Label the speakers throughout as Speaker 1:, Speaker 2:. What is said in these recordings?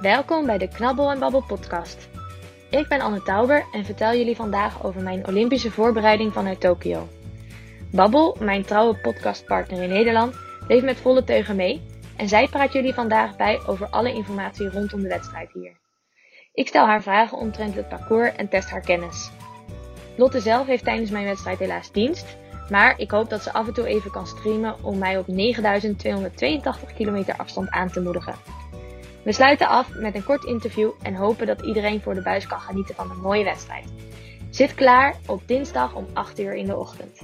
Speaker 1: Welkom bij de Knabbel en Babbel podcast. Ik ben Anne Tauber en vertel jullie vandaag over mijn Olympische voorbereiding vanuit Tokio. Babbel, mijn trouwe podcastpartner in Nederland, leeft met volle teugen mee en zij praat jullie vandaag bij over alle informatie rondom de wedstrijd hier. Ik stel haar vragen omtrent het parcours en test haar kennis. Lotte zelf heeft tijdens mijn wedstrijd helaas dienst, maar ik hoop dat ze af en toe even kan streamen om mij op 9282 kilometer afstand aan te moedigen. We sluiten af met een kort interview en hopen dat iedereen voor de buis kan genieten van een mooie wedstrijd. Zit klaar op dinsdag om 8 uur in de ochtend.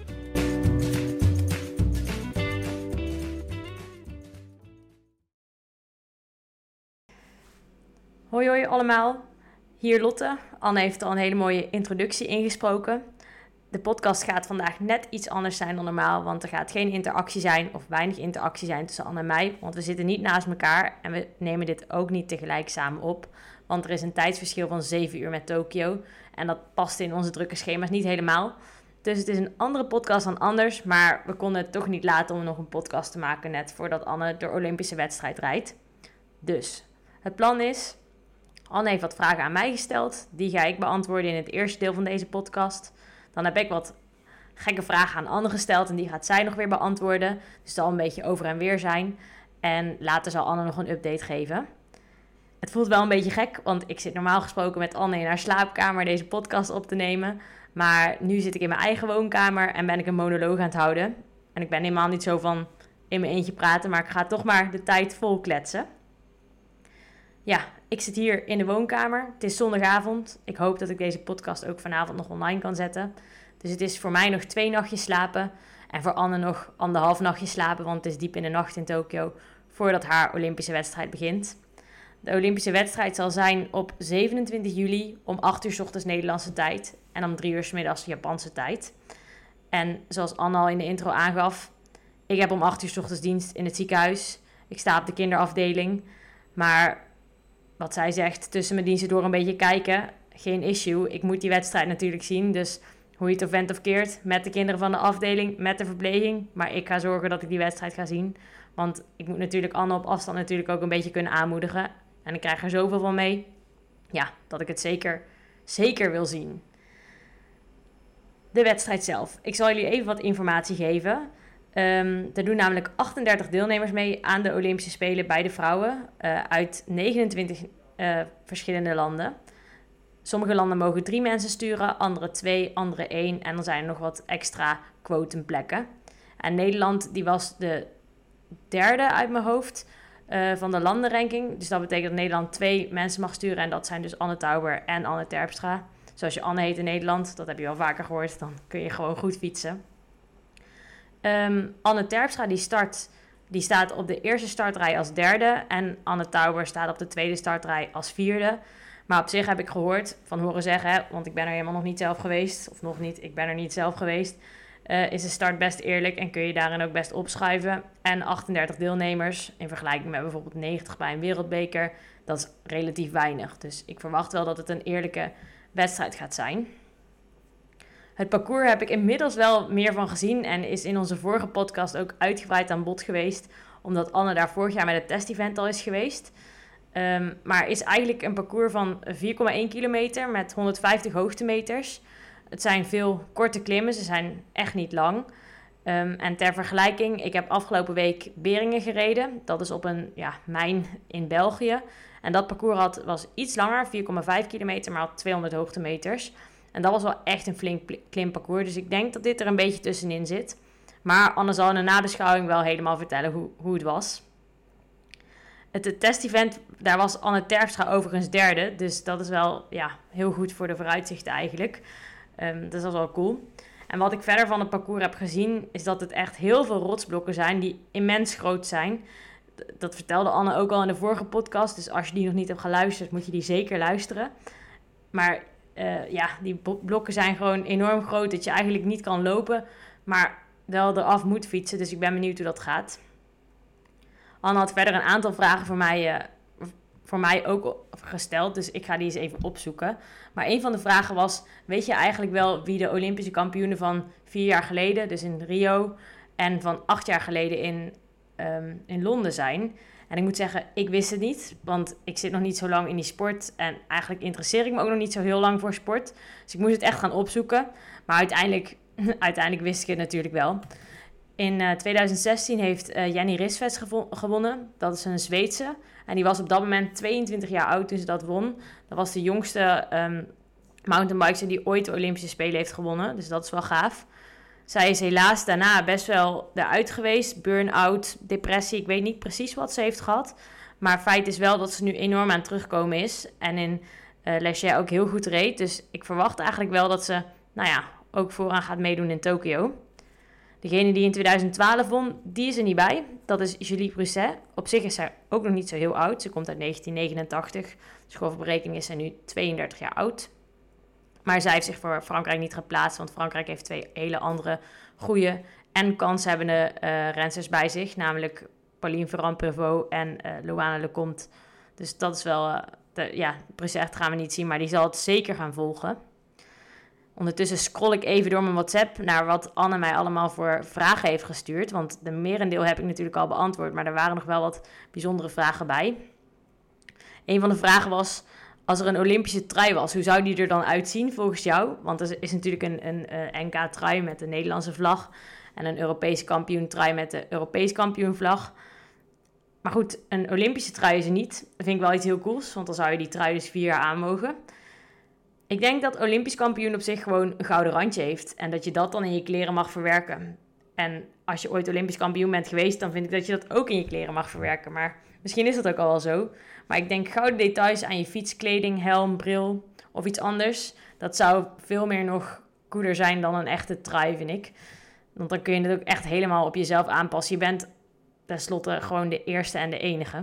Speaker 2: Hoi allemaal, hier Lotte. Anne heeft al een hele mooie introductie ingesproken. De podcast gaat vandaag net iets anders zijn dan normaal, want er gaat geen interactie zijn of weinig interactie zijn tussen Anne en mij. Want we zitten niet naast elkaar en we nemen dit ook niet tegelijk samen op. Want er is een tijdsverschil van 7 uur met Tokio en dat past in onze drukke schema's niet helemaal. Dus het is een andere podcast dan anders, maar we konden het toch niet laten om nog een podcast te maken net voordat Anne de Olympische wedstrijd rijdt. Dus, het plan is, Anne heeft wat vragen aan mij gesteld, die ga ik beantwoorden in het eerste deel van deze podcast. Dan heb ik wat gekke vragen aan Anne gesteld en die gaat zij nog weer beantwoorden. Dus het zal een beetje over en weer zijn. En later zal Anne nog een update geven. Het voelt wel een beetje gek, want ik zit normaal gesproken met Anne in haar slaapkamer deze podcast op te nemen. Maar nu zit ik in mijn eigen woonkamer en ben ik een monoloog aan het houden. En ik ben helemaal niet zo van in mijn eentje praten, maar ik ga toch maar de tijd vol kletsen. Ja, ik zit hier in de woonkamer. Het is zondagavond. Ik hoop dat ik deze podcast ook vanavond nog online kan zetten. Dus het is voor mij nog 2 nachtjes slapen. En voor Anne nog 1,5 nachtje slapen, want het is diep in de nacht in Tokio voordat haar Olympische wedstrijd begint. De Olympische wedstrijd zal zijn op 27 juli om 8 uur 's ochtends Nederlandse tijd en om 3 uur 's middags Japanse tijd. En zoals Anne al in de intro aangaf, ik heb om 8 uur 's ochtends dienst in het ziekenhuis. Ik sta op de kinderafdeling, maar wat zij zegt, tussen mijn diensten door een beetje kijken, geen issue. Ik moet die wedstrijd natuurlijk zien, dus hoe je het of went of keert, met de kinderen van de afdeling, met de verpleging. Maar ik ga zorgen dat ik die wedstrijd ga zien. Want ik moet natuurlijk Anne op afstand natuurlijk ook een beetje kunnen aanmoedigen. En ik krijg er zoveel van mee, ja, dat ik het zeker wil zien. De wedstrijd zelf. Ik zal jullie even wat informatie geven. Er doen namelijk 38 deelnemers mee aan de Olympische Spelen bij de vrouwen uit 29 verschillende landen. Sommige landen mogen 3 mensen sturen, andere 2, andere 1 en dan zijn er nog wat extra quotumplekken. En Nederland die was de 3e uit mijn hoofd van de landenranking. Dus dat betekent dat Nederland 2 mensen mag sturen en dat zijn dus Anne Tauber en Anne Terpstra. Zoals je Anne heet in Nederland, dat heb je wel vaker gehoord, dan kun je gewoon goed fietsen. Anne Terpstra die staat op de eerste startrij als 3e en Anne Tauber staat op de tweede startrij als 4e. Maar op zich heb ik gehoord, van horen zeggen, want ik ben er helemaal nog niet zelf geweest, of nog niet, ik ben er niet zelf geweest, is de start best eerlijk en kun je daarin ook best opschuiven. En 38 deelnemers, in vergelijking met bijvoorbeeld 90 bij een wereldbeker, dat is relatief weinig. Dus ik verwacht wel dat het een eerlijke wedstrijd gaat zijn. Het parcours heb ik inmiddels wel meer van gezien en is in onze vorige podcast ook uitgebreid aan bod geweest, omdat Anne daar vorig jaar met het test-event al is geweest. Maar is eigenlijk een parcours van 4,1 kilometer met 150 hoogtemeters. Het zijn veel korte klimmen, ze zijn echt niet lang. En ter vergelijking, ik heb afgelopen week Beringen gereden. Dat is op een mijn in België. En dat parcours was iets langer, 4,5 kilometer, maar had 200 hoogtemeters. En dat was wel echt een flink klimparcours. Dus ik denk dat dit er een beetje tussenin zit. Maar Anne zal in de nabeschouwing wel helemaal vertellen hoe het was. Het test-event, daar was Anne Terpstra overigens 3e. Dus dat is wel heel goed voor de vooruitzichten eigenlijk. Dus dat is wel cool. En wat ik verder van het parcours heb gezien, is dat het echt heel veel rotsblokken zijn die immens groot zijn. Dat vertelde Anne ook al in de vorige podcast. Dus als je die nog niet hebt geluisterd, moet je die zeker luisteren. Maar die blokken zijn gewoon enorm groot dat je eigenlijk niet kan lopen, maar wel eraf moet fietsen. Dus ik ben benieuwd hoe dat gaat. Anne had verder een aantal vragen voor mij ook gesteld, dus ik ga die eens even opzoeken. Maar een van de vragen was, weet je eigenlijk wel wie de Olympische kampioenen van 4 jaar geleden, dus in Rio, en van 8 jaar geleden in Londen zijn? En ik moet zeggen, ik wist het niet, want ik zit nog niet zo lang in die sport. En eigenlijk interesseer ik me ook nog niet zo heel lang voor sport. Dus ik moest het echt gaan opzoeken. Maar uiteindelijk wist ik het natuurlijk wel. In 2016 heeft Jenny Rissveds gewonnen. Dat is een Zweedse. En die was op dat moment 22 jaar oud toen ze dat won. Dat was de jongste mountainbiker die ooit de Olympische Spelen heeft gewonnen. Dus dat is wel gaaf. Zij is helaas daarna best wel eruit geweest. Burn-out, depressie, ik weet niet precies wat ze heeft gehad. Maar feit is wel dat ze nu enorm aan het terugkomen is. En in Les Gets ook heel goed reed. Dus ik verwacht eigenlijk wel dat ze ook vooraan gaat meedoen in Tokio. Degene die in 2012 won, die is er niet bij. Dat is Julie Broussais. Op zich is zij ook nog niet zo heel oud. Ze komt uit 1989. Dus voor berekening is zij nu 32 jaar oud. Maar zij heeft zich voor Frankrijk niet geplaatst. Want Frankrijk heeft 2 hele andere goede en kanshebbende rensters bij zich. Namelijk Pauline Ferrand-Prévot en Loana Lecomte. Dus dat is wel... Broussais gaan we niet zien, maar die zal het zeker gaan volgen. Ondertussen scroll ik even door mijn WhatsApp naar wat Anne mij allemaal voor vragen heeft gestuurd. Want de merendeel heb ik natuurlijk al beantwoord, maar er waren nog wel wat bijzondere vragen bij. Een van de vragen was, als er een Olympische trui was, hoe zou die er dan uitzien volgens jou? Want er is natuurlijk een NK-trui met de Nederlandse vlag en een Europese kampioen trui met de Europese kampioenvlag. Maar goed, een Olympische trui is er niet. Dat vind ik wel iets heel cools, want dan zou je die trui dus 4 jaar aan mogen. Ik denk dat Olympisch kampioen op zich gewoon een gouden randje heeft. En dat je dat dan in je kleren mag verwerken. En als je ooit Olympisch kampioen bent geweest, dan vind ik dat je dat ook in je kleren mag verwerken. Maar misschien is dat ook al wel zo. Maar ik denk gouden details aan je fietskleding, helm, bril of iets anders. Dat zou veel meer nog cooler zijn dan een echte trui, vind ik. Want dan kun je het ook echt helemaal op jezelf aanpassen. Je bent tenslotte gewoon de eerste en de enige.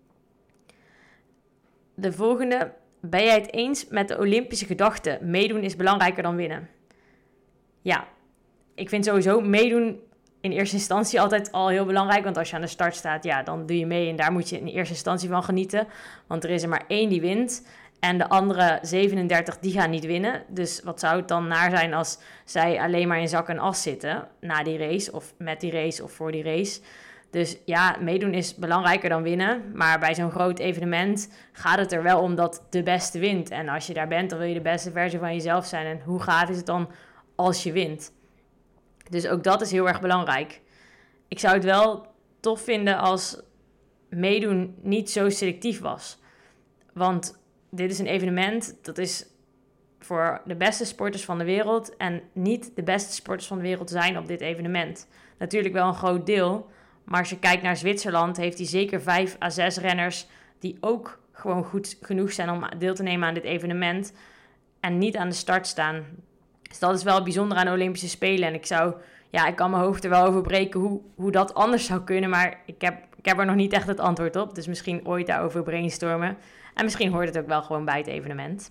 Speaker 2: De volgende... Ben jij het eens met de Olympische gedachte? Meedoen is belangrijker dan winnen. Ja, ik vind sowieso meedoen in eerste instantie altijd al heel belangrijk. Want als je aan de start staat, ja, dan doe je mee. En daar moet je in eerste instantie van genieten. Want er is er maar 1 die wint. En de andere 37, die gaan niet winnen. Dus wat zou het dan naar zijn als zij alleen maar in zak en as zitten na die race. Of met die race of voor die race. Dus ja, meedoen is belangrijker dan winnen. Maar bij zo'n groot evenement gaat het er wel om dat de beste wint. En als je daar bent, dan wil je de beste versie van jezelf zijn. En hoe gaaf is het dan als je wint? Dus ook dat is heel erg belangrijk. Ik zou het wel tof vinden als meedoen niet zo selectief was. Want dit is een evenement, dat is voor de beste sporters van de wereld. En niet de beste sporters van de wereld zijn op dit evenement. Natuurlijk wel een groot deel. Maar als je kijkt naar Zwitserland, heeft hij zeker 5 à 6 renners die ook gewoon goed genoeg zijn om deel te nemen aan dit evenement en niet aan de start staan. Dus dat is wel bijzonder aan de Olympische Spelen. En ik kan mijn hoofd er wel over breken hoe dat anders zou kunnen, maar ik heb er nog niet echt het antwoord op. Dus misschien ooit daarover brainstormen. En misschien hoort het ook wel gewoon bij het evenement.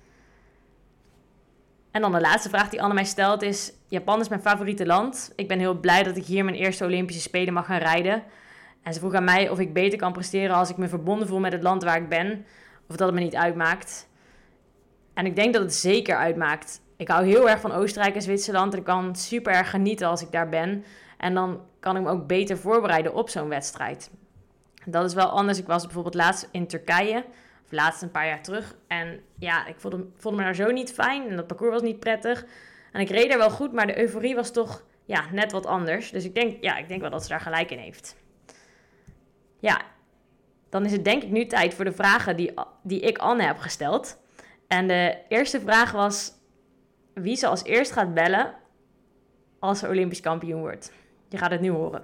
Speaker 2: En dan de laatste vraag die Anne mij stelt is... Japan is mijn favoriete land. Ik ben heel blij dat ik hier mijn eerste Olympische Spelen mag gaan rijden. En ze vroeg aan mij of ik beter kan presteren als ik me verbonden voel met het land waar ik ben. Of dat het me niet uitmaakt. En ik denk dat het zeker uitmaakt. Ik hou heel erg van Oostenrijk en Zwitserland. En ik kan super erg genieten als ik daar ben. En dan kan ik me ook beter voorbereiden op zo'n wedstrijd. Dat is wel anders. Ik was bijvoorbeeld laatst in Turkije... Of laatst een paar jaar terug. En ja, ik voelde me daar zo niet fijn. En dat parcours was niet prettig. En ik reed er wel goed, maar de euforie was toch net wat anders. Dus ik denk wel dat ze daar gelijk in heeft. Ja, dan is het denk ik nu tijd voor de vragen die ik Anne heb gesteld. En de eerste vraag was... Wie ze als eerst gaat bellen als ze Olympisch kampioen wordt? Je gaat het nu horen.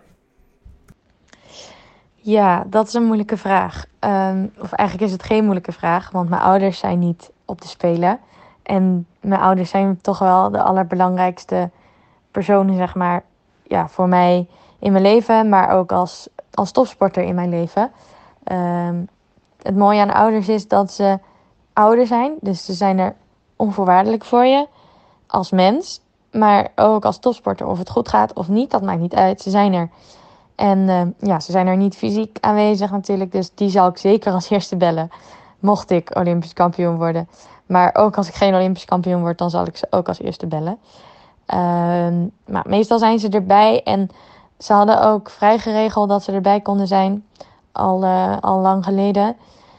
Speaker 1: Ja, dat is een moeilijke vraag. Of eigenlijk is het geen moeilijke vraag, want mijn ouders zijn niet op de Spelen. En mijn ouders zijn toch wel de allerbelangrijkste personen, zeg maar, ja, voor mij in mijn leven, maar ook als topsporter in mijn leven. Het mooie aan ouders is dat ze ouder zijn, dus ze zijn er onvoorwaardelijk voor je als mens, maar ook als topsporter. Of het goed gaat of niet, dat maakt niet uit. Ze zijn er. En ze zijn er niet fysiek aanwezig natuurlijk. Dus die zal ik zeker als eerste bellen. Mocht ik Olympisch kampioen worden. Maar ook als ik geen Olympisch kampioen word, dan zal ik ze ook als eerste bellen. Maar meestal zijn ze erbij. En ze hadden ook vrij geregeld dat ze erbij konden zijn al lang geleden.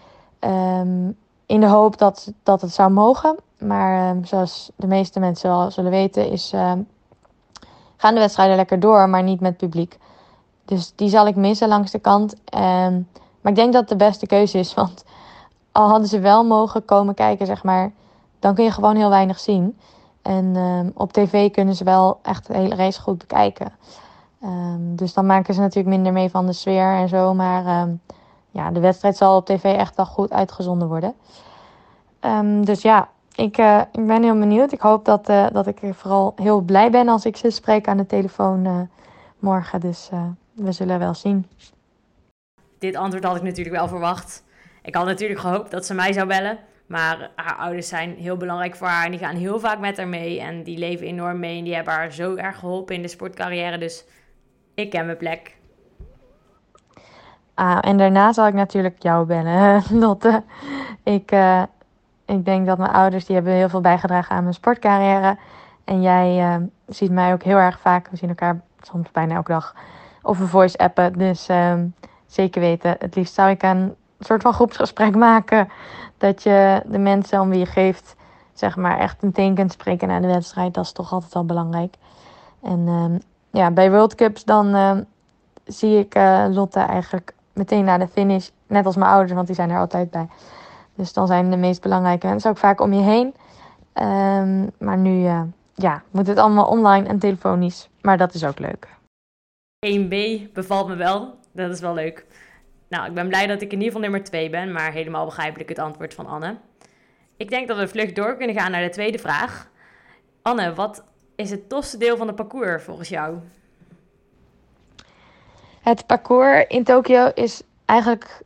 Speaker 1: In de hoop dat het zou mogen. Maar zoals de meeste mensen wel zullen weten, gaan de wedstrijden lekker door, maar niet met publiek. Dus die zal ik missen langs de kant. Maar ik denk dat het de beste keuze is. Want al hadden ze wel mogen komen kijken, zeg maar, dan kun je gewoon heel weinig zien. En op tv kunnen ze wel echt de hele race goed bekijken. Dus dan maken ze natuurlijk minder mee van de sfeer en zo. Maar de wedstrijd zal op tv echt wel goed uitgezonden worden. Dus ja, ik ben heel benieuwd. Ik hoop dat ik vooral heel blij ben als ik ze spreek aan de telefoon morgen. Dus we zullen wel zien.
Speaker 2: Dit antwoord had ik natuurlijk wel verwacht. Ik had natuurlijk gehoopt dat ze mij zou bellen. Maar haar ouders zijn heel belangrijk voor haar. En die gaan heel vaak met haar mee. En die leven enorm mee. En die hebben haar zo erg geholpen in de sportcarrière. Dus ik ken mijn plek.
Speaker 1: En daarna zal ik natuurlijk jou bellen, Lotte. Ik denk dat mijn ouders die hebben heel veel bijgedragen aan mijn sportcarrière. En jij ziet mij ook heel erg vaak. We zien elkaar soms bijna elke dag. Of een voice appen. Dus zeker weten. Het liefst zou ik een soort van groepsgesprek maken. Dat je de mensen om wie je geeft, zeg maar, echt meteen kunt spreken na de wedstrijd. Dat is toch altijd wel belangrijk. En bij World Cups dan zie ik Lotte eigenlijk meteen na de finish. Net als mijn ouders, want die zijn er altijd bij. Dus dan zijn de meest belangrijke mensen ook vaak om je heen. Maar nu moet het allemaal online en telefonisch. Maar dat is ook leuk.
Speaker 2: 1B bevalt me wel. Dat is wel leuk. Nou, ik ben blij dat ik in ieder geval nummer 2 ben. Maar helemaal begrijpelijk het antwoord van Anne. Ik denk dat we vlug door kunnen gaan naar de tweede vraag. Anne, wat is het tofste deel van het parcours volgens jou?
Speaker 1: Het parcours in Tokio is eigenlijk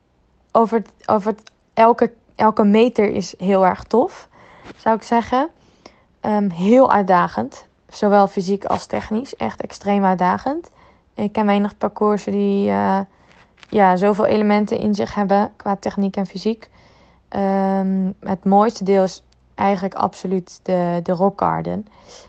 Speaker 1: elke meter is heel erg tof, zou ik zeggen. Heel uitdagend, zowel fysiek als technisch. Echt extreem uitdagend. Ik ken weinig parcoursen die zoveel elementen in zich hebben qua techniek en fysiek. Het mooiste deel is eigenlijk absoluut de Rock Garden.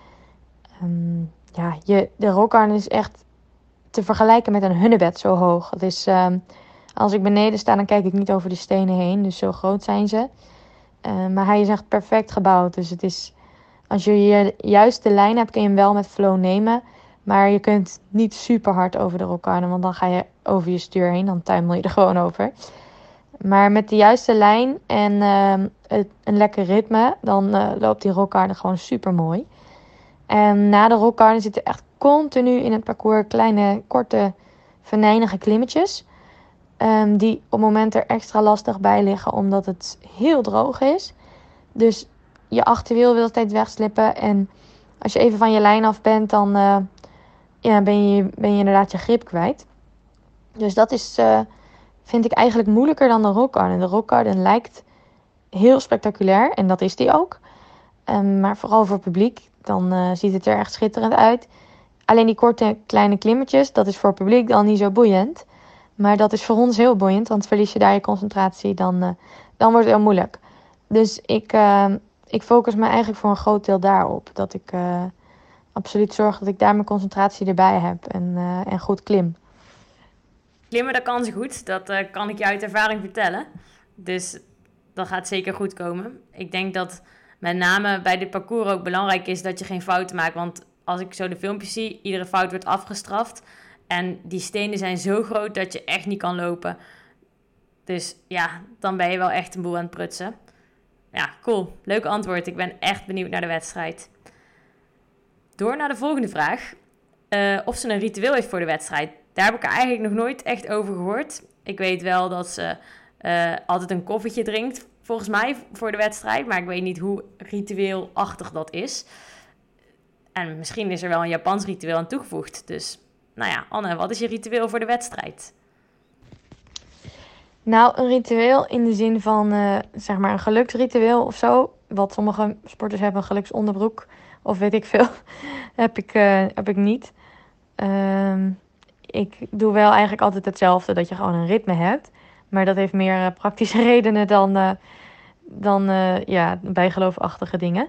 Speaker 1: De Rock Garden is echt te vergelijken met een hunebed zo hoog. Het is, als ik beneden sta, dan kijk ik niet over de stenen heen. Dus zo groot zijn ze. Maar hij is echt perfect gebouwd. Dus het is, als je juist de lijn hebt, kun je hem wel met flow nemen. Maar je kunt niet super hard over de Rock Garden, want dan ga je over je stuur heen. Dan tuimel je er gewoon over. Maar met de juiste lijn en een lekker ritme, dan loopt die Rock Garden gewoon super mooi. En na de Rock Garden zitten echt continu in het parcours kleine, korte, venijnige klimmetjes. Die op het moment er extra lastig bij liggen, omdat het heel droog is. Dus je achterwiel wil altijd wegslippen. En als je even van je lijn af bent, dan ben je inderdaad je grip kwijt. Dus dat is, vind ik eigenlijk moeilijker dan de Rock Garden. De Rock Garden lijkt heel spectaculair en dat is die ook. Maar vooral voor het publiek, dan ziet het er echt schitterend uit. Alleen die korte kleine klimmetjes, dat is voor het publiek dan niet zo boeiend. Maar dat is voor ons heel boeiend, want verlies je daar je concentratie, dan wordt het heel moeilijk. Dus ik focus me eigenlijk voor een groot deel daarop. Dat ik absoluut zorg dat ik daar mijn concentratie erbij heb en goed klim.
Speaker 2: Klimmen, dat kan ze goed. Dat kan ik je uit ervaring vertellen. Dus dat gaat zeker goed komen. Ik denk dat met name bij dit parcours ook belangrijk is dat je geen fouten maakt. Want als ik zo de filmpjes zie, iedere fout wordt afgestraft. En die stenen zijn zo groot dat je echt niet kan lopen. Dus ja, dan ben je wel echt een boel aan het prutsen. Ja, cool. Leuk antwoord. Ik ben echt benieuwd naar de wedstrijd. Door naar de volgende vraag. Of ze een ritueel heeft voor de wedstrijd. Daar heb ik eigenlijk nog nooit echt over gehoord. Ik weet wel dat ze altijd een koffietje drinkt, volgens mij, voor de wedstrijd. Maar ik weet niet hoe ritueelachtig dat is. En misschien is er wel een Japans ritueel aan toegevoegd. Dus, nou ja, Anne, wat is je ritueel voor de wedstrijd?
Speaker 1: Nou, een ritueel in de zin van, zeg maar, een geluksritueel of zo. Wat sommige sporters hebben, een geluksonderbroek. Of weet ik veel. heb ik niet. Ik doe wel eigenlijk altijd hetzelfde, dat je gewoon een ritme hebt. Maar dat heeft meer praktische redenen dan bijgeloofachtige dingen.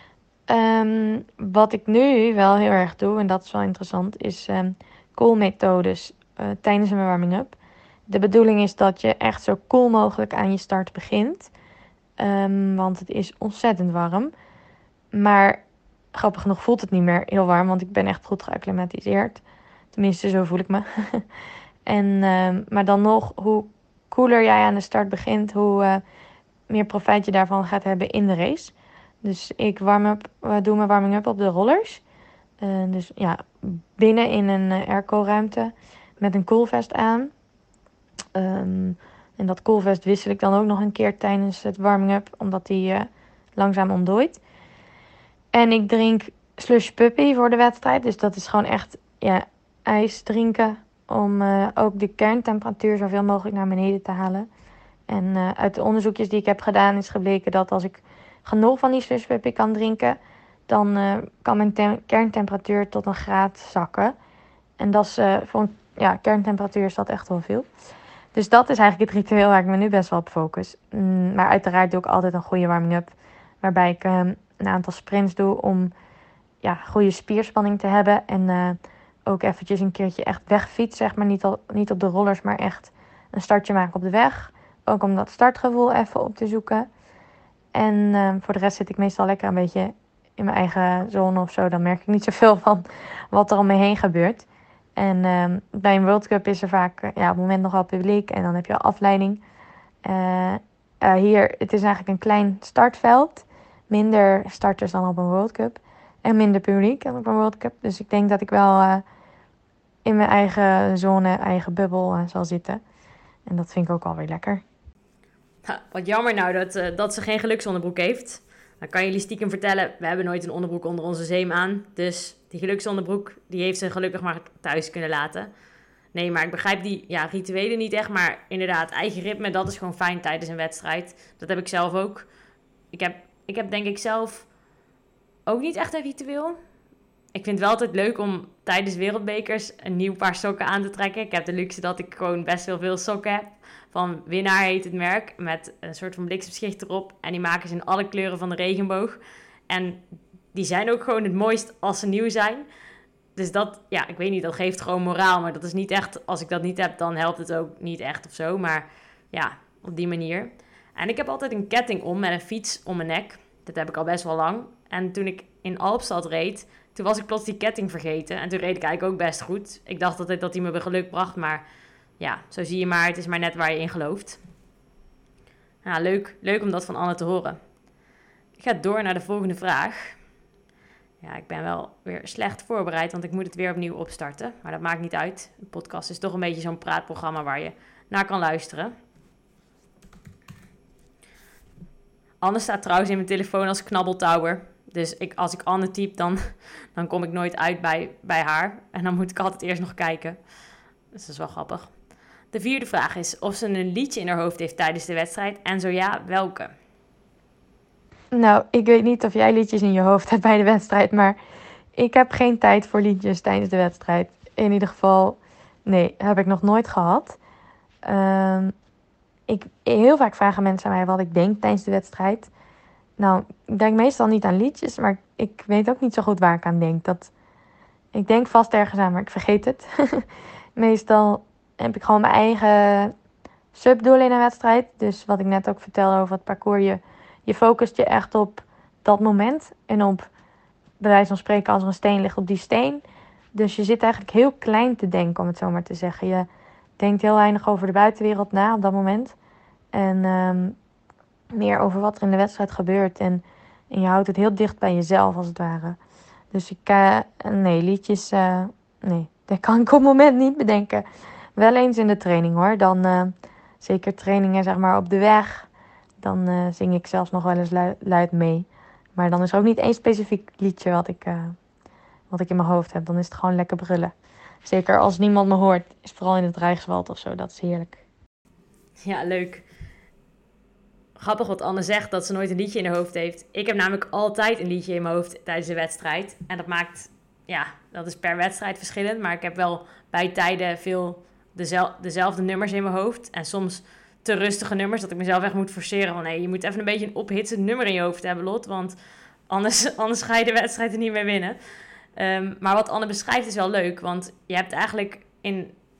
Speaker 1: Wat ik nu wel heel erg doe, en dat is wel interessant, is cool-methodes tijdens mijn warming-up. De bedoeling is dat je echt zo koel mogelijk aan je start begint. Want het is ontzettend warm. Maar grappig genoeg voelt het niet meer heel warm, want ik ben echt goed geacclimatiseerd. Tenminste, zo voel ik me. Maar dan nog, hoe koeler jij aan de start begint, hoe meer profijt je daarvan gaat hebben in de race. Dus ik doe mijn warming-up op de rollers. Dus ja, binnen in een airco-ruimte met een koelvest aan. En dat koelvest wissel ik dan ook nog een keer tijdens het warming-up, omdat die langzaam ontdooit. En ik drink slush puppy voor de wedstrijd. Dus dat is gewoon echt ijs drinken om ook de kerntemperatuur zoveel mogelijk naar beneden te halen. En uit de onderzoekjes die ik heb gedaan is gebleken dat als ik genoeg van die slush puppy kan drinken, dan kan mijn kerntemperatuur tot 1 graad zakken. En dat is voor een kerntemperatuur is dat echt wel veel. Dus dat is eigenlijk het ritueel waar ik me nu best wel op focus. Maar uiteraard doe ik altijd een goede warming-up. Waarbij ik een aantal sprints doe om goede spierspanning te hebben. En ook eventjes een keertje echt wegfiets. Zeg maar niet op de rollers, maar echt een startje maken op de weg. Ook om dat startgevoel even op te zoeken. En voor de rest zit ik meestal lekker een beetje in mijn eigen zone of zo. Dan merk ik niet zoveel van wat er om me heen gebeurt. En bij een World Cup is er vaak op het moment nogal publiek. En dan heb je al afleiding. Hier, het is eigenlijk een klein startveld. Minder starters dan op een World Cup. En minder publiek dan op een World Cup. Dus ik denk dat ik wel in mijn eigen zone, eigen bubbel zal zitten. En dat vind ik ook alweer lekker.
Speaker 2: Wat jammer nou dat ze geen geluksonderbroek heeft. Dan kan jullie stiekem vertellen, we hebben nooit een onderbroek onder onze zeem aan. Dus die geluksonderbroek, die heeft ze gelukkig maar thuis kunnen laten. Nee, maar ik begrijp die rituelen niet echt. Maar inderdaad, eigen ritme, dat is gewoon fijn tijdens een wedstrijd. Dat heb ik zelf ook. Ik heb denk ik zelf ook niet echt een ritueel. Ik vind het wel altijd leuk om tijdens wereldbekers een nieuw paar sokken aan te trekken. Ik heb de luxe dat ik gewoon best wel veel sokken heb. Van Winnaar heet het merk, met een soort van bliksemschicht erop. En die maken ze in alle kleuren van de regenboog. En die zijn ook gewoon het mooist als ze nieuw zijn. Dus dat, ik weet niet, dat geeft gewoon moraal. Maar dat is niet echt, als ik dat niet heb, dan helpt het ook niet echt of zo. Maar ja, op die manier. En ik heb altijd een ketting om met een fiets om mijn nek. Dat heb ik al best wel lang. En toen ik in Alpstad reed, toen was ik plots die ketting vergeten. En toen reed ik eigenlijk ook best goed. Ik dacht altijd dat hij me geluk bracht, maar ja, zo zie je maar. Het is maar net waar je in gelooft. Nou, leuk om dat van Anne te horen. Ik ga door naar de volgende vraag. Ja, ik ben wel weer slecht voorbereid, want ik moet het weer opnieuw opstarten. Maar dat maakt niet uit. Een podcast is toch een beetje zo'n praatprogramma waar je naar kan luisteren. Anne staat trouwens in mijn telefoon als knabbeltouwer. Dus als ik Anne typ, dan kom ik nooit uit bij haar. En dan moet ik altijd eerst nog kijken. Dus dat is wel grappig. De 4e vraag is of ze een liedje in haar hoofd heeft tijdens de wedstrijd. En zo ja, welke?
Speaker 1: Nou, ik weet niet of jij liedjes in je hoofd hebt bij de wedstrijd. Maar ik heb geen tijd voor liedjes tijdens de wedstrijd. In ieder geval, nee, heb ik nog nooit gehad. Heel vaak vragen mensen aan mij wat ik denk tijdens de wedstrijd. Nou, ik denk meestal niet aan liedjes, maar ik weet ook niet zo goed waar ik aan denk. Ik denk vast ergens aan, maar ik vergeet het. Meestal heb ik gewoon mijn eigen subdoel in een wedstrijd. Dus wat ik net ook vertelde over het parcours. Je focust je echt op dat moment. En op, bij wijze van spreken, als er een steen ligt, op die steen. Dus je zit eigenlijk heel klein te denken, om het zo maar te zeggen. Je denkt heel weinig over de buitenwereld na op dat moment. En meer over wat er in de wedstrijd gebeurt. En je houdt het heel dicht bij jezelf, als het ware. Dus liedjes, nee, dat kan ik op het moment niet bedenken. Wel eens in de training hoor. Dan zeker trainingen zeg maar op de weg. Dan zing ik zelfs nog wel eens luid mee. Maar dan is er ook niet één specifiek liedje wat ik in mijn hoofd heb. Dan is het gewoon lekker brullen. Zeker als niemand me hoort. Is vooral in het Rijkswald of zo. Dat is heerlijk.
Speaker 2: Ja, leuk. Grappig wat Anne zegt, dat ze nooit een liedje in haar hoofd heeft. Ik heb namelijk altijd een liedje in mijn hoofd tijdens de wedstrijd. En dat maakt, dat is per wedstrijd verschillend. Maar ik heb wel bij tijden veel dezelfde nummers in mijn hoofd. En soms te rustige nummers, dat ik mezelf echt moet forceren. Van je moet even een beetje een ophitsend nummer in je hoofd hebben, Lot. Want anders ga je de wedstrijd er niet meer winnen. Maar wat Anne beschrijft is wel leuk. Want je hebt eigenlijk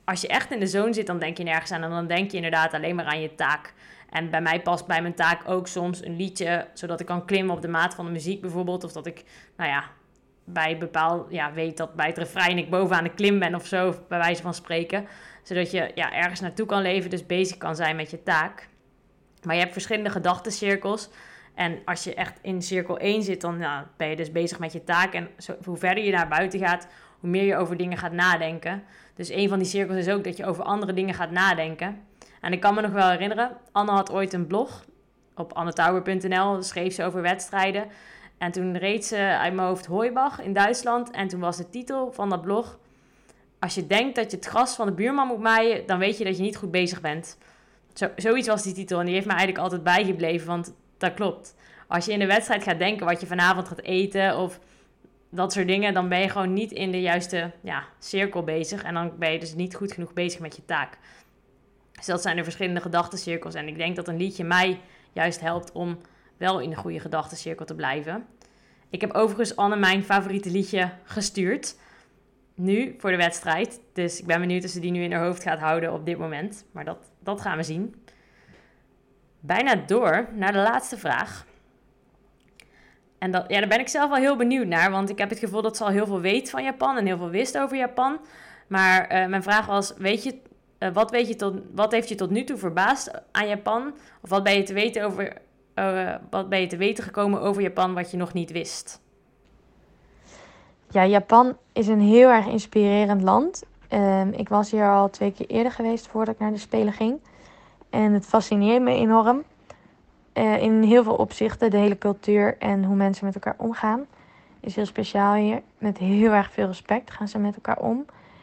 Speaker 2: als je echt in de zone zit, dan denk je nergens aan. En dan denk je inderdaad alleen maar aan je taak. En bij mij past bij mijn taak ook soms een liedje, zodat ik kan klimmen op de maat van de muziek bijvoorbeeld. Of dat ik, bij bepaald, weet dat bij het refrein ik bovenaan de klim ben of zo, bij wijze van spreken. Zodat je ergens naartoe kan leven, dus bezig kan zijn met je taak. Maar je hebt verschillende gedachtencirkels. En als je echt in cirkel 1 zit, dan ben je dus bezig met je taak. En hoe verder je naar buiten gaat, hoe meer je over dingen gaat nadenken. Dus een van die cirkels is ook dat je over andere dingen gaat nadenken. En ik kan me nog wel herinneren, Anne had ooit een blog op annetauber.nl, schreef ze over wedstrijden. En toen reed ze uit mijn hoofd Hooibach in Duitsland. En toen was de titel van dat blog: als je denkt dat je het gras van de buurman moet maaien, dan weet je dat je niet goed bezig bent. Zoiets was die titel en die heeft me eigenlijk altijd bijgebleven, want dat klopt. Als je in de wedstrijd gaat denken wat je vanavond gaat eten of dat soort dingen, dan ben je gewoon niet in de juiste cirkel bezig. En dan ben je dus niet goed genoeg bezig met je taak. Dus dat zijn de verschillende gedachtencirkels. En ik denk dat een liedje mij juist helpt om wel in de goede gedachtencirkel te blijven. Ik heb overigens Anne mijn favoriete liedje gestuurd. Nu voor de wedstrijd. Dus ik ben benieuwd of ze die nu in haar hoofd gaat houden op dit moment. Maar dat gaan we zien. Bijna door naar de laatste vraag. En daar ben ik zelf wel heel benieuwd naar. Want ik heb het gevoel dat ze al heel veel weet van Japan en heel veel wist over Japan. Maar mijn vraag was, wat heeft je tot nu toe verbaasd aan Japan? Of wat ben je te weten gekomen over Japan wat je nog niet wist?
Speaker 1: Ja, Japan is een heel erg inspirerend land. Ik was hier al 2 keer eerder geweest voordat ik naar de Spelen ging. En het fascineert me enorm. In heel veel opzichten, de hele cultuur en hoe mensen met elkaar omgaan. Is heel speciaal hier. Met heel erg veel respect gaan ze met elkaar om.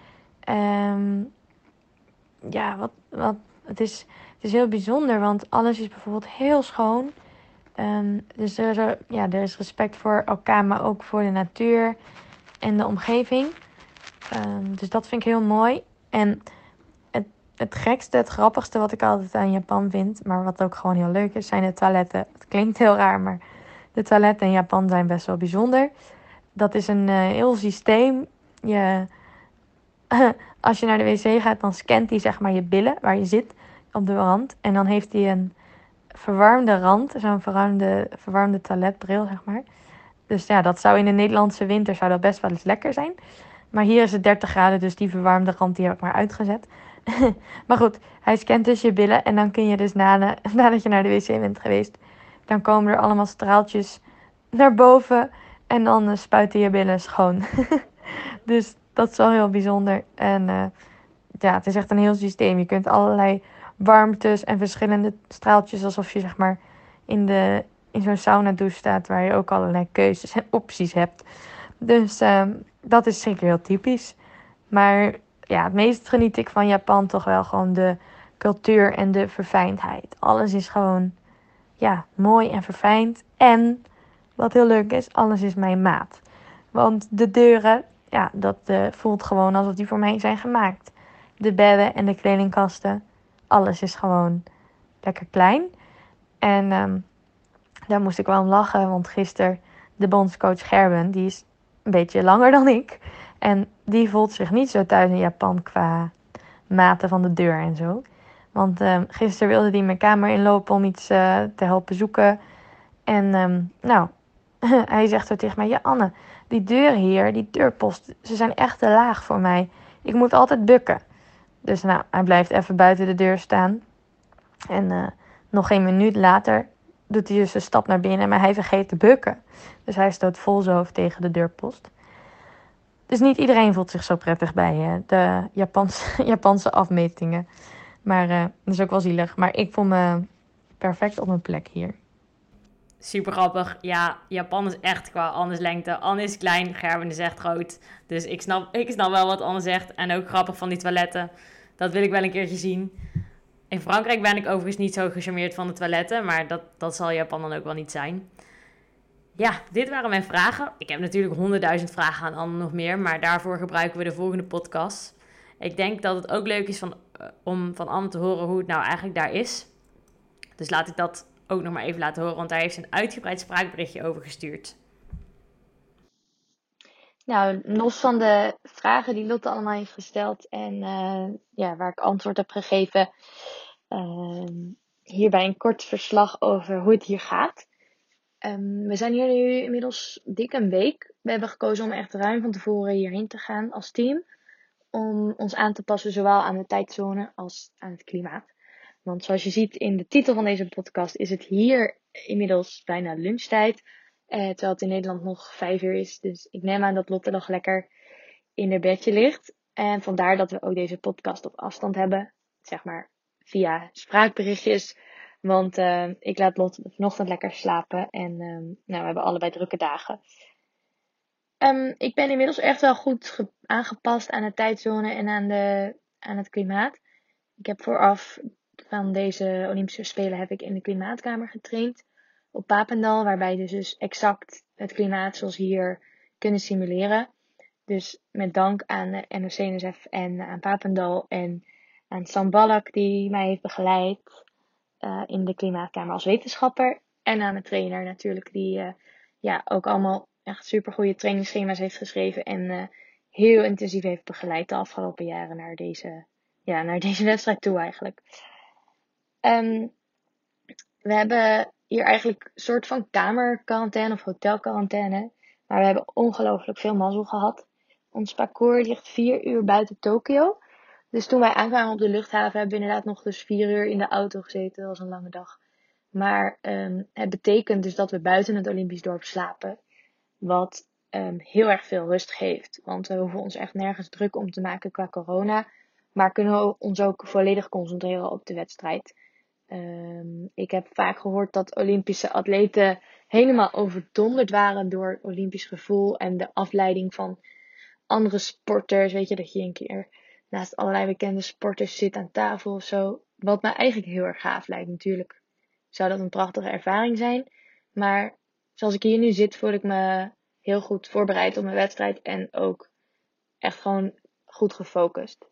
Speaker 1: Het is heel bijzonder, want alles is bijvoorbeeld heel schoon. Dus er is respect voor elkaar, maar ook voor de natuur en de omgeving. Dus dat vind ik heel mooi. En het gekste, het grappigste wat ik altijd aan Japan vind, maar wat ook gewoon heel leuk is, zijn de toiletten. Het klinkt heel raar, maar de toiletten in Japan zijn best wel bijzonder. Dat is een heel systeem. Als je naar de wc gaat, dan scant hij zeg maar je billen waar je zit op de rand. En dan heeft hij een verwarmde rand, zo'n verwarmde toiletbril zeg maar. Dus dat zou in de Nederlandse winter zou dat best wel eens lekker zijn. Maar hier is het 30 graden, dus die verwarmde rand die heb ik maar uitgezet. Maar goed, hij scant dus je billen en dan kun je dus nadat je naar de wc bent geweest, dan komen er allemaal straaltjes naar boven en dan spuiten je billen schoon. Dus dat is wel heel bijzonder. En het is echt een heel systeem. Je kunt allerlei warmtes en verschillende straaltjes, alsof je zeg maar in zo'n sauna douche staat, waar je ook allerlei keuzes en opties hebt. Dus dat is zeker heel typisch. Maar het meest geniet ik van Japan toch wel gewoon de cultuur en de verfijndheid. Alles is gewoon mooi en verfijnd. En wat heel leuk is, alles is mijn maat. Want de deuren, dat voelt gewoon alsof die voor mij zijn gemaakt. De bedden en de kledingkasten, alles is gewoon lekker klein. En daar moest ik wel om lachen, want gisteren de bondscoach Gerben, die is een beetje langer dan ik. En die voelt zich niet zo thuis in Japan qua maten van de deur en zo. Want gisteren wilde hij mijn kamer inlopen om iets te helpen zoeken. En hij zegt zo tegen mij, ja Anne, die deuren hier, die deurposten, ze zijn echt te laag voor mij. Ik moet altijd bukken. Dus hij blijft even buiten de deur staan. En nog geen minuut later doet hij dus een stap naar binnen, maar hij vergeet te bukken. Dus hij stoot vol zijn hoofd tegen de deurpost. Dus niet iedereen voelt zich zo prettig bij de Japanse afmetingen. Maar dat is ook wel zielig. Maar ik voel me perfect op mijn plek hier.
Speaker 2: Super grappig. Ja, Japan is echt qua Anne's lengte. Anne is klein, Gerben is echt groot. Dus ik snap wel wat Anne zegt. En ook grappig van die toiletten. Dat wil ik wel een keertje zien. In Frankrijk ben ik overigens niet zo gecharmeerd van de toiletten. Maar dat zal Japan dan ook wel niet zijn. Ja, dit waren mijn vragen. Ik heb natuurlijk 100.000 vragen aan Anne nog meer. Maar daarvoor gebruiken we de volgende podcast. Ik denk dat het ook leuk is om van Anne te horen hoe het nou eigenlijk daar is. Dus laat ik dat ook nog maar even laten horen, want daar heeft ze een uitgebreid spraakberichtje over gestuurd.
Speaker 1: Nou, los van de vragen die Lotte allemaal heeft gesteld en waar ik antwoord heb gegeven, ehm, hierbij een kort verslag over hoe het hier gaat. We zijn hier nu inmiddels dik een week. We hebben gekozen om echt ruim van tevoren hierheen te gaan als team. Om ons aan te passen zowel aan de tijdzone als aan het klimaat. Want zoals je ziet in de titel van deze podcast is het hier inmiddels bijna lunchtijd. Terwijl het in Nederland nog 5 uur is. Dus ik neem aan dat Lotte nog lekker in haar bedje ligt. En vandaar dat we ook deze podcast op afstand hebben. Zeg maar via spraakberichtjes. Want ik laat Lotte vanochtend lekker slapen. En we hebben allebei drukke dagen. Ik ben inmiddels echt wel goed aangepast aan de tijdzone en aan het klimaat. Ik heb vooraf van deze Olympische Spelen heb ik in de klimaatkamer getraind. Op Papendal, waarbij dus exact het klimaat zoals hier kunnen simuleren. Dus met dank aan de NOC-NSF en aan Papendal en aan Sam Balk die mij heeft begeleid in de klimaatkamer als wetenschapper. En aan de trainer natuurlijk die ook allemaal echt super goede trainingsschema's heeft geschreven. En heel intensief heeft begeleid de afgelopen jaren naar deze wedstrijd toe eigenlijk. We hebben hier eigenlijk een soort van kamerquarantaine of hotelquarantaine. Maar we hebben ongelooflijk veel mazzel gehad. Ons parcours ligt 4 uur buiten Tokio. Dus toen wij aankwamen op de luchthaven hebben we inderdaad nog dus 4 uur in de auto gezeten. Dat was een lange dag. Maar het betekent dus dat we buiten het Olympisch dorp slapen. Wat heel erg veel rust geeft. Want we hoeven ons echt nergens druk om te maken qua corona. Maar kunnen we ons ook volledig concentreren op de wedstrijd. Ik heb vaak gehoord dat Olympische atleten helemaal overdonderd waren door het Olympisch gevoel en de afleiding van andere sporters. Weet je, dat je een keer naast allerlei bekende sporters zit aan tafel of zo. Wat mij eigenlijk heel erg gaaf lijkt. Natuurlijk zou dat een prachtige ervaring zijn. Maar zoals ik hier nu zit, voel ik me heel goed voorbereid op mijn wedstrijd. En ook echt gewoon goed gefocust.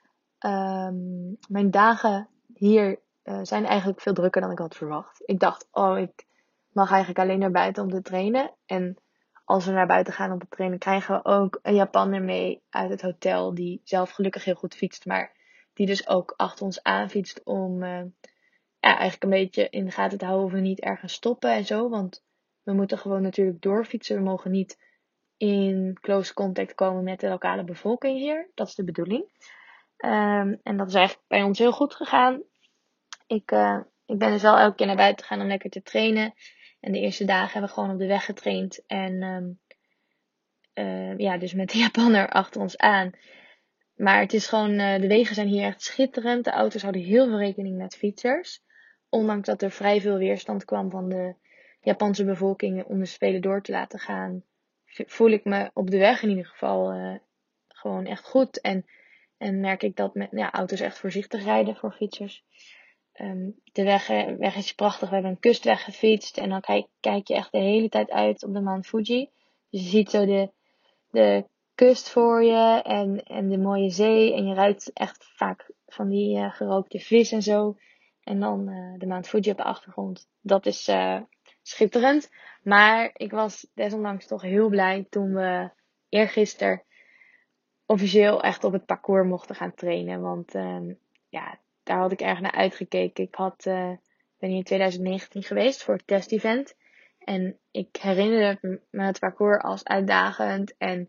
Speaker 1: Mijn dagen hier zijn eigenlijk veel drukker dan ik had verwacht. Ik dacht, ik mag eigenlijk alleen naar buiten om te trainen. En als we naar buiten gaan om te trainen, krijgen we ook een Japaner mee uit het hotel. Die zelf gelukkig heel goed fietst. Maar die dus ook achter ons aanfietst om eigenlijk een beetje in de gaten te houden of we niet ergens stoppen en zo. Want we moeten gewoon natuurlijk doorfietsen. We mogen niet in close contact komen met de lokale bevolking hier. Dat is de bedoeling. En dat is eigenlijk bij ons heel goed gegaan. Ik ben dus wel elke keer naar buiten gegaan om lekker te trainen. En de eerste dagen hebben we gewoon op de weg getraind. En dus met de Japanner achter ons aan. Maar het is gewoon, de wegen zijn hier echt schitterend. De auto's houden heel veel rekening met fietsers. Ondanks dat er vrij veel weerstand kwam van de Japanse bevolking om de Spelen door te laten gaan, voel ik me op de weg in ieder geval gewoon echt goed. En merk ik dat auto's echt voorzichtig rijden voor fietsers. De weg is prachtig. We hebben een kustweg gefietst. En dan kijk je echt de hele tijd uit op de Mount Fuji. Dus je ziet zo de kust voor je en de mooie zee. En je ruikt echt vaak van die gerookte vis en zo. En dan de Mount Fuji op de achtergrond. Dat is schitterend. Maar ik was desondanks toch heel blij toen we eergisteren officieel echt op het parcours mochten gaan trainen. Want daar had ik erg naar uitgekeken. Ik ben hier in 2019 geweest voor het testevent. En ik herinnerde me het parcours als uitdagend en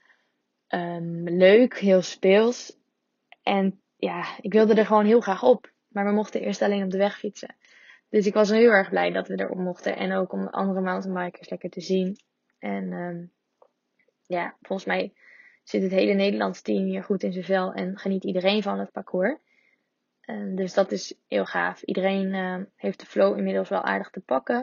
Speaker 1: leuk, heel speels. En ik wilde er gewoon heel graag op. Maar we mochten eerst alleen op de weg fietsen. Dus ik was heel erg blij dat we erop mochten. En ook om andere mountainbikers lekker te zien. En volgens mij zit het hele Nederlands team hier goed in zijn vel. En geniet iedereen van het parcours. Dus dat is heel gaaf. Iedereen heeft de flow inmiddels wel aardig te pakken.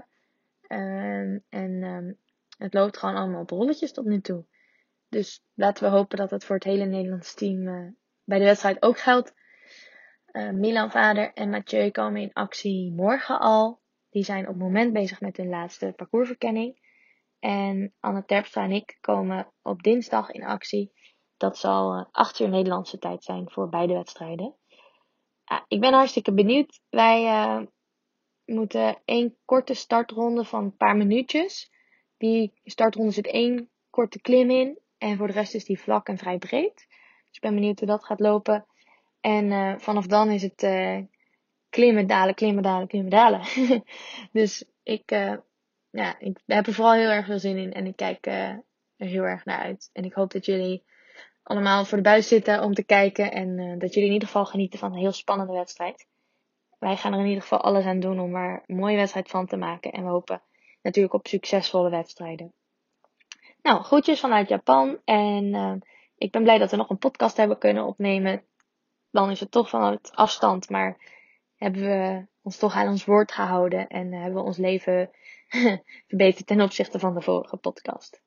Speaker 1: Het loopt gewoon allemaal op rolletjes tot nu toe. Dus laten we hopen dat het voor het hele Nederlands team bij de wedstrijd ook geldt. Milan Vader en Mathieu komen in actie morgen al. Die zijn op het moment bezig met hun laatste parcoursverkenning. En Anne Terpstra en ik komen op dinsdag in actie. Dat zal 8 uur Nederlandse tijd zijn voor beide wedstrijden. Ik ben hartstikke benieuwd. Wij moeten 1 korte startronde van een paar minuutjes. Die startronde zit 1 korte klim in. En voor de rest is die vlak en vrij breed. Dus ik ben benieuwd hoe dat gaat lopen. En vanaf dan is het klimmen, dalen, klimmen, dalen, klimmen, dalen. Dus ik heb er vooral heel erg veel zin in. En ik kijk er heel erg naar uit. En ik hoop dat jullie allemaal voor de buis zitten om te kijken. En dat jullie in ieder geval genieten van een heel spannende wedstrijd. Wij gaan er in ieder geval alles aan doen om er een mooie wedstrijd van te maken. En we hopen natuurlijk op succesvolle wedstrijden. Nou, groetjes vanuit Japan. En ik ben blij dat we nog een podcast hebben kunnen opnemen. Dan is het toch vanuit afstand. Maar hebben we ons toch aan ons woord gehouden. En hebben we ons leven verbeterd ten opzichte van de vorige podcast.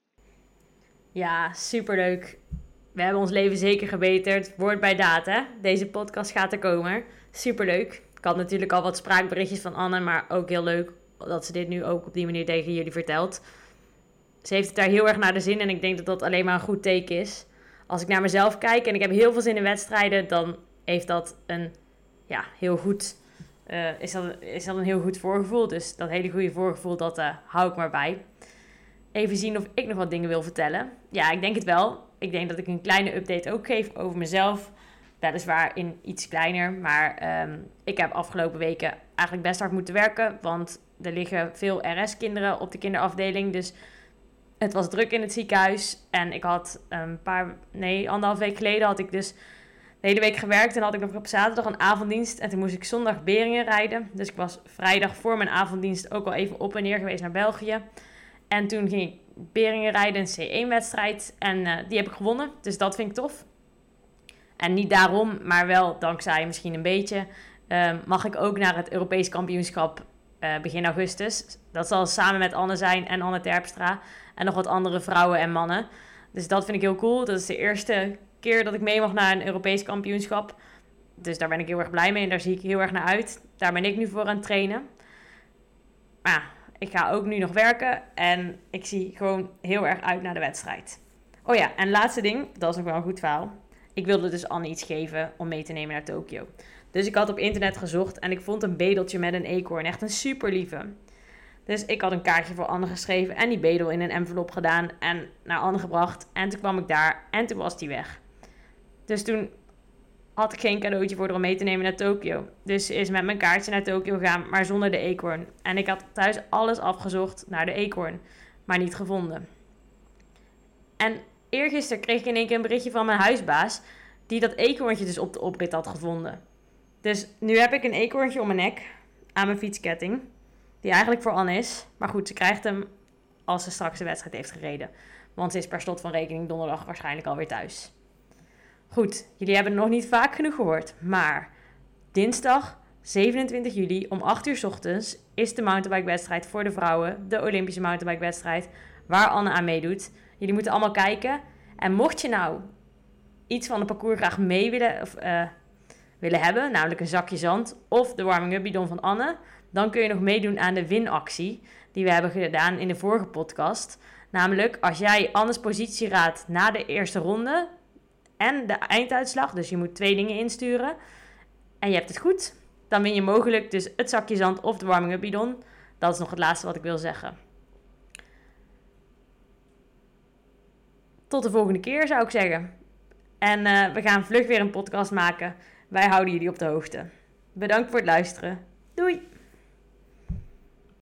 Speaker 2: Ja, superleuk. We hebben ons leven zeker gebeterd. Woord bij daad, hè? Deze podcast gaat er komen. Superleuk. Ik had natuurlijk al wat spraakberichtjes van Anne, maar ook heel leuk dat ze dit nu ook op die manier tegen jullie vertelt. Ze heeft het daar heel erg naar de zin en ik denk dat dat alleen maar een goed teken is. Als ik naar mezelf kijk en ik heb heel veel zin in wedstrijden, dan heeft dat een heel goed, is dat een heel goed voorgevoel. Dus dat hele goede voorgevoel, dat hou ik maar bij. Even zien of ik nog wat dingen wil vertellen. Ja, ik denk het wel. Ik denk dat ik een kleine update ook geef over mezelf. Weliswaar in iets kleiner, maar ik heb afgelopen weken eigenlijk best hard moeten werken. Want er liggen veel RS-kinderen op de kinderafdeling. Dus het was druk in het ziekenhuis. En ik had 1,5 week geleden had ik dus de hele week gewerkt. En had ik nog op zaterdag een avonddienst. En toen moest ik zondag Beringen rijden. Dus ik was vrijdag voor mijn avonddienst ook al even op en neer geweest naar België. En toen ging ik Beringen rijden, een C1-wedstrijd. En die heb ik gewonnen. Dus dat vind ik tof. En niet daarom, maar wel dankzij misschien een beetje, mag ik ook naar het Europees kampioenschap begin augustus. Dat zal samen met Anne zijn en Anne Terpstra. En nog wat andere vrouwen en mannen. Dus dat vind ik heel cool. Dat is de eerste keer dat ik mee mag naar een Europees kampioenschap. Dus daar ben ik heel erg blij mee en daar zie ik heel erg naar uit. Daar ben ik nu voor aan het trainen. Maar ik ga ook nu nog werken en ik zie gewoon heel erg uit naar de wedstrijd. Oh ja, en laatste ding, dat is nog wel een goed verhaal. Ik wilde dus Anne iets geven om mee te nemen naar Tokio. Dus ik had op internet gezocht en ik vond een bedeltje met een eekhoorn. Echt een super lieve. Dus ik had een kaartje voor Anne geschreven en die bedel in een envelop gedaan en naar Anne gebracht. En toen kwam ik daar en toen was die weg. Dus toen had ik geen cadeautje voor haar om mee te nemen naar Tokio. Dus ze is met mijn kaartje naar Tokio gegaan, maar zonder de eekhoorn. En ik had thuis alles afgezocht naar de eekhoorn, maar niet gevonden. En eergisteren kreeg ik in één keer een berichtje van mijn huisbaas, die dat eekhoorntje dus op de oprit had gevonden. Dus nu heb ik een eekhoorntje om mijn nek, aan mijn fietsketting, die eigenlijk voor Anne is. Maar goed, ze krijgt hem als ze straks de wedstrijd heeft gereden. Want ze is per slot van rekening donderdag waarschijnlijk alweer thuis. Goed, jullie hebben het nog niet vaak genoeg gehoord, maar dinsdag 27 juli om 8 uur 's ochtends is de mountainbike-wedstrijd voor de vrouwen, de Olympische mountainbike-wedstrijd, waar Anne aan meedoet. Jullie moeten allemaal kijken. En mocht je nou iets van het parcours graag mee willen hebben, namelijk een zakje zand of de warming-up bidon van Anne, dan kun je nog meedoen aan de winactie die we hebben gedaan in de vorige podcast. Namelijk, als jij Anne's positie raadt na de eerste ronde en de einduitslag, dus je moet 2 dingen insturen en je hebt het goed, dan win je mogelijk dus het zakje zand of de warming-up bidon. Dat is nog het laatste wat ik wil zeggen. Tot de volgende keer, zou ik zeggen. En we gaan vlug weer een podcast maken. Wij houden jullie op de hoogte. Bedankt voor het luisteren. Doei!